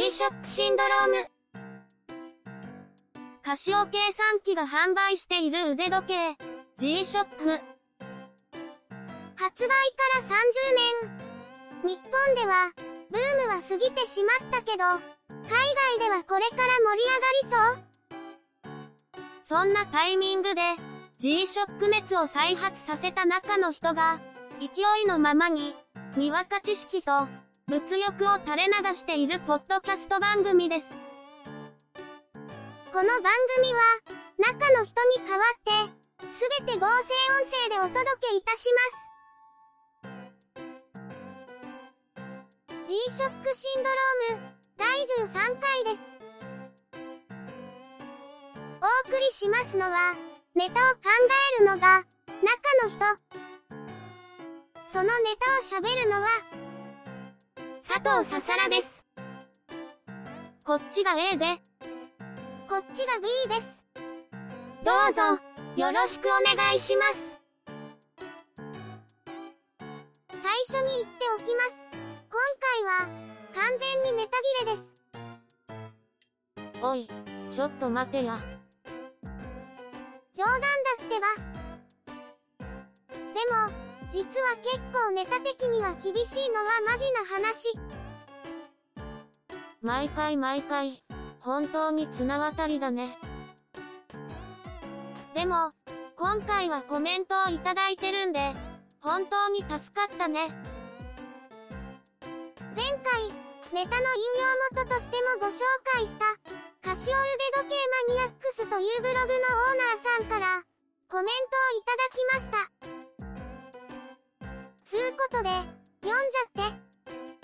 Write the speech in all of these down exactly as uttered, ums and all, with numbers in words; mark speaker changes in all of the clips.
Speaker 1: G ショックシンドローム。カシオ計算機が販売している腕時計、G ショック。
Speaker 2: 発売からさんじゅうねん。日本では、ブームは過ぎてしまったけど、海外ではこれから盛り上がりそう？
Speaker 1: そんなタイミングで、G ショック熱を再発させた中の人が、勢いのままに、にわか知識と、物欲を垂れ流しているポッドキャスト番組です。
Speaker 2: この番組は、中の人に代わって、すべて合成音声でお届けいたします。G ショックシンドローム、だいじゅうさんかいです。お送りしますのは、ネタを考えるのが、中の人。そのネタを喋るのは、佐藤ささらです。
Speaker 1: こっちが A で、
Speaker 2: こっちが ビー です。
Speaker 1: どうぞ、よろしくお願いします。
Speaker 2: 最初に言っておきます。今回は、完全にネタ切れです。
Speaker 1: おい、ちょっと待てや。
Speaker 2: 冗談だってば。でも、実は結構ネタ的には厳しいのはマジな話。
Speaker 1: 毎回毎回、本当に綱渡りだね。でも、今回はコメントをいただいてるんで、本当に助かったね。
Speaker 2: 前回、ネタの引用元としてもご紹介した、カシオ腕時計マニアックスというブログのオーナーさんから、コメントをいただきました。つうことで、読んじゃって。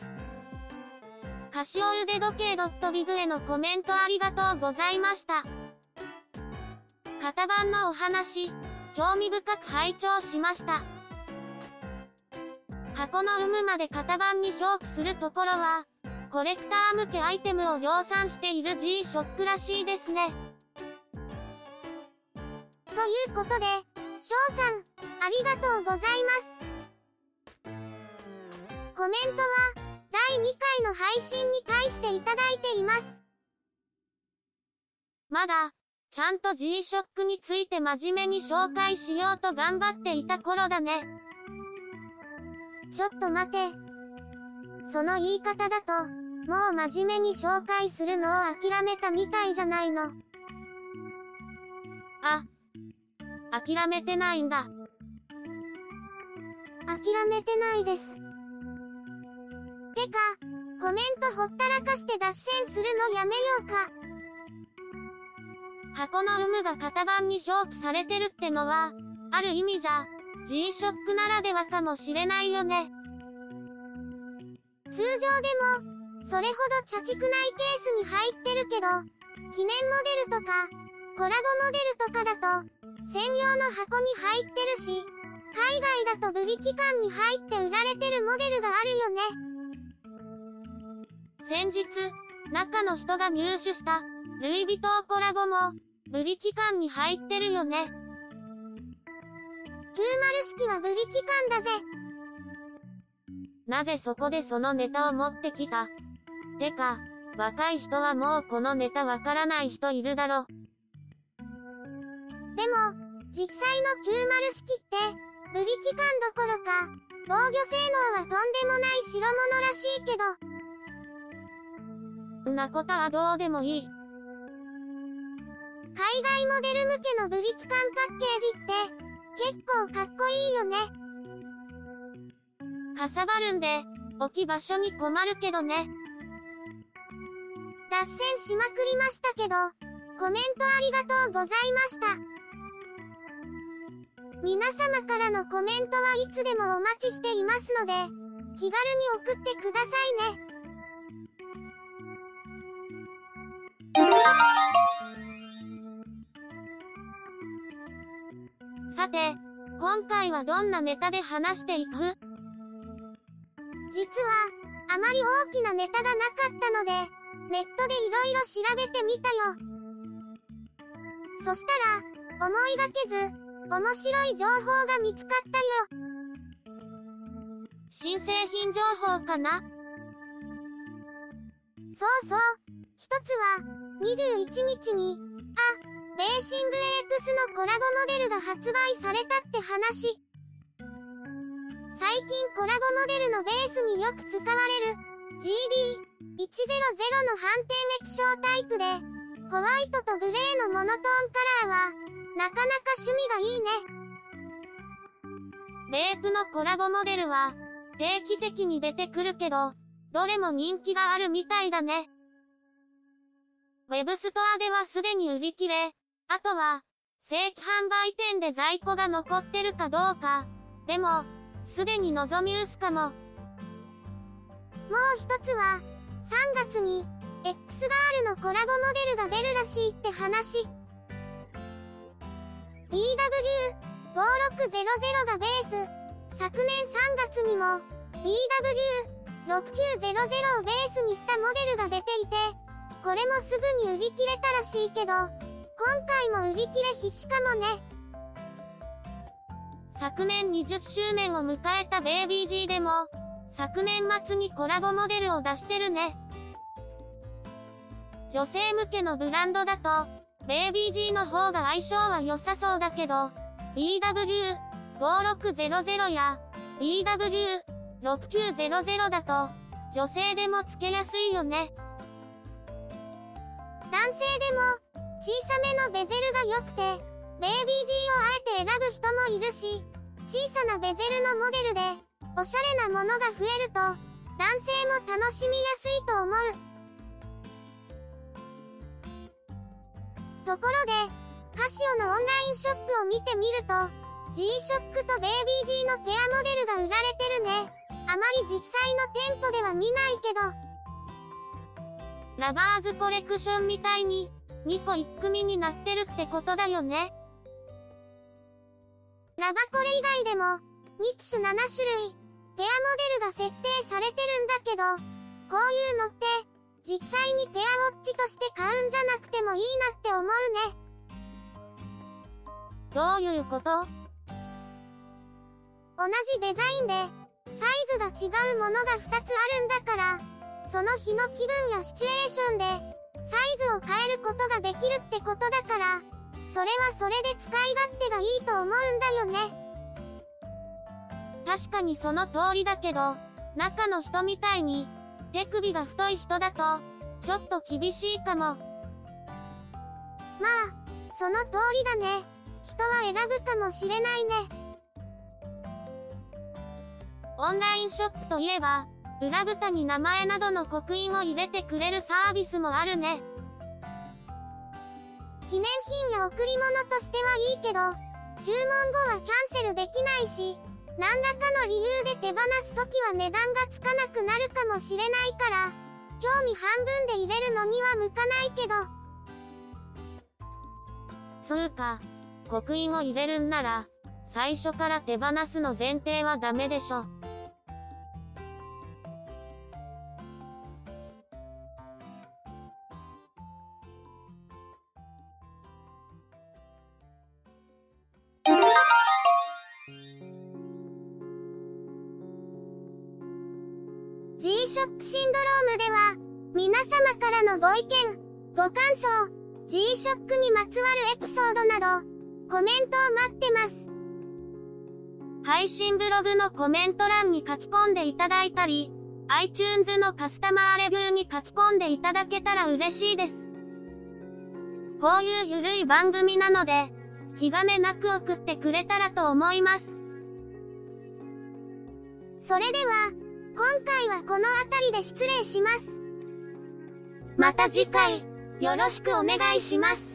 Speaker 1: カシオ腕時計 .biz へのコメントありがとうございました。型番のお話、興味深く拝聴しました。箱の有無まで型番に表記するところは、コレクター向けアイテムを量産している G ショックらしいですね。
Speaker 2: ということで、翔さん、ありがとうございます。コメントは、だいにかいの配信に対していただいています。
Speaker 1: まだ、ちゃんと G ショックについて真面目に紹介しようと頑張っていた頃だね。
Speaker 2: ちょっと待て。その言い方だと、もう真面目に紹介するのを諦めたみたいじゃないの。
Speaker 1: あ、諦めてないんだ。
Speaker 2: 諦めてないです。てか、コメントほったらかして脱線するのやめようか。
Speaker 1: 箱の有無が型番に表記されてるってのは、ある意味じゃ、G ショックならではかもしれないよね。
Speaker 2: 通常でも、それほど茶畜ないケースに入ってるけど、記念モデルとか、コラボモデルとかだと、専用の箱に入ってるし、海外だとブリキ缶に入って売られてるモデルがあるよね。
Speaker 1: 先日、中の人が入手した、ルイ・ヴィトンコラボも、ブリキ缶に入ってるよね。
Speaker 2: きゅうじゅう式はブリキ缶だぜ。
Speaker 1: なぜそこでそのネタを持ってきた？てか、若い人はもうこのネタわからない人いるだろ。
Speaker 2: でも、実際のきゅうじゅう式って、ブリキ缶どころか、防御性能はとんでもない代物らしいけど。
Speaker 1: んなことはどうでもいい。
Speaker 2: 海外モデル向けのブリキ缶パッケージって、結構かっこいいよね。
Speaker 1: かさばるんで、置き場所に困るけどね。
Speaker 2: 脱線しまくりましたけど、コメントありがとうございました。皆様からのコメントはいつでもお待ちしていますので、気軽に送ってくださいね。
Speaker 1: さて、今回はどんなネタで話していく？
Speaker 2: 実は、あまり大きなネタがなかったので、ネットでいろいろ調べてみたよ。そしたら、思いがけず、面白い情報が見つかったよ。
Speaker 1: 新製品情報かな？
Speaker 2: そうそう。一つは、にじゅういちにちに、あ、レーシング エーエックス のコラボモデルが発売されたって話。最近コラボモデルのベースによく使われる ジーディーいちぜろぜろ の反転液晶タイプで、ホワイトとグレーのモノトーンカラーは、なかなか趣味がいいね。
Speaker 1: レープのコラボモデルは、定期的に出てくるけど、どれも人気があるみたいだね。ウェブストアではすでに売り切れ、あとは、正規販売店で在庫が残ってるかどうか。でも、すでに望み薄かも。
Speaker 2: もう一つは、さんがつに、X ガールのコラボモデルが出るらしいって話。ビーダブリューごろくゼロゼロ がベース、昨年さんがつにも ビーダブリューろくきゅうゼロゼロ をベースにしたモデルが出ていて、これもすぐに売り切れたらしいけど、今回も売り切れ必至かもね。
Speaker 1: 昨年にじゅっしゅうねんを迎えたベイビー G でも、昨年末にコラボモデルを出してるね。女性向けのブランドだと、ベイビー G の方が相性は良さそうだけど、ビーダブリューごろくゼロゼロ や ビーダブリューろくきゅうゼロゼロ だと、女性でもつけやすいよね。
Speaker 2: 男性でも、小さめのベゼルが良くて、ベイビー G をあえて選ぶ人もいるし、小さなベゼルのモデルで、おしゃれなものが増えると、男性も楽しみやすいと思う。ところで、カシオのオンラインショップを見てみると、G ショックとベイビー G のペアモデルが売られてるね。あまり実際の店舗では見ないけど。
Speaker 1: ラバーズコレクションみたいに、にこいっくみになってるってことだよね。
Speaker 2: ラバコレ以外でも、にきしゅななしゅるい、ペアモデルが設定されてるんだけど、こういうのって、実際にペアウォッチとして買うんじゃなくてもいいなって思うね。
Speaker 1: どういうこと？
Speaker 2: 同じデザインで、サイズが違うものがふたつあるんだから、その日の気分やシチュエーションで、サイズを変えることができるってことだから、それはそれで使い勝手がいいと思うんだよね。
Speaker 1: 確かにその通りだけど、中の人みたいに、手首が太い人だと、ちょっと厳しいかも。まあ、
Speaker 2: その通りだね。人は選ぶかもしれないね。
Speaker 1: オンラインショップといえば、裏蓋に名前などの刻印を入れてくれるサービスもあるね。
Speaker 2: 記念品や贈り物としてはいいけど、注文後はキャンセルできないし、何らかの理由で手放すときは値段がつかなくなるかもしれないから、興味半分で入れるのには向かないけど。
Speaker 1: つーか、刻印を入れるんなら、最初から手放すの前提はダメでしょ。
Speaker 2: G ショックシンドロームでは、皆様からのご意見、ご感想、G ショックにまつわるエピソードなど、コメントを待ってます。
Speaker 1: 配信ブログのコメント欄に書き込んでいただいたり、iTunes のカスタマーレビューに書き込んでいただけたら嬉しいです。こういうゆるい番組なので、気兼ねなく送ってくれたらと思います。
Speaker 2: それでは、今回はこの辺りで失礼します。
Speaker 1: また次回、よろしくお願いします。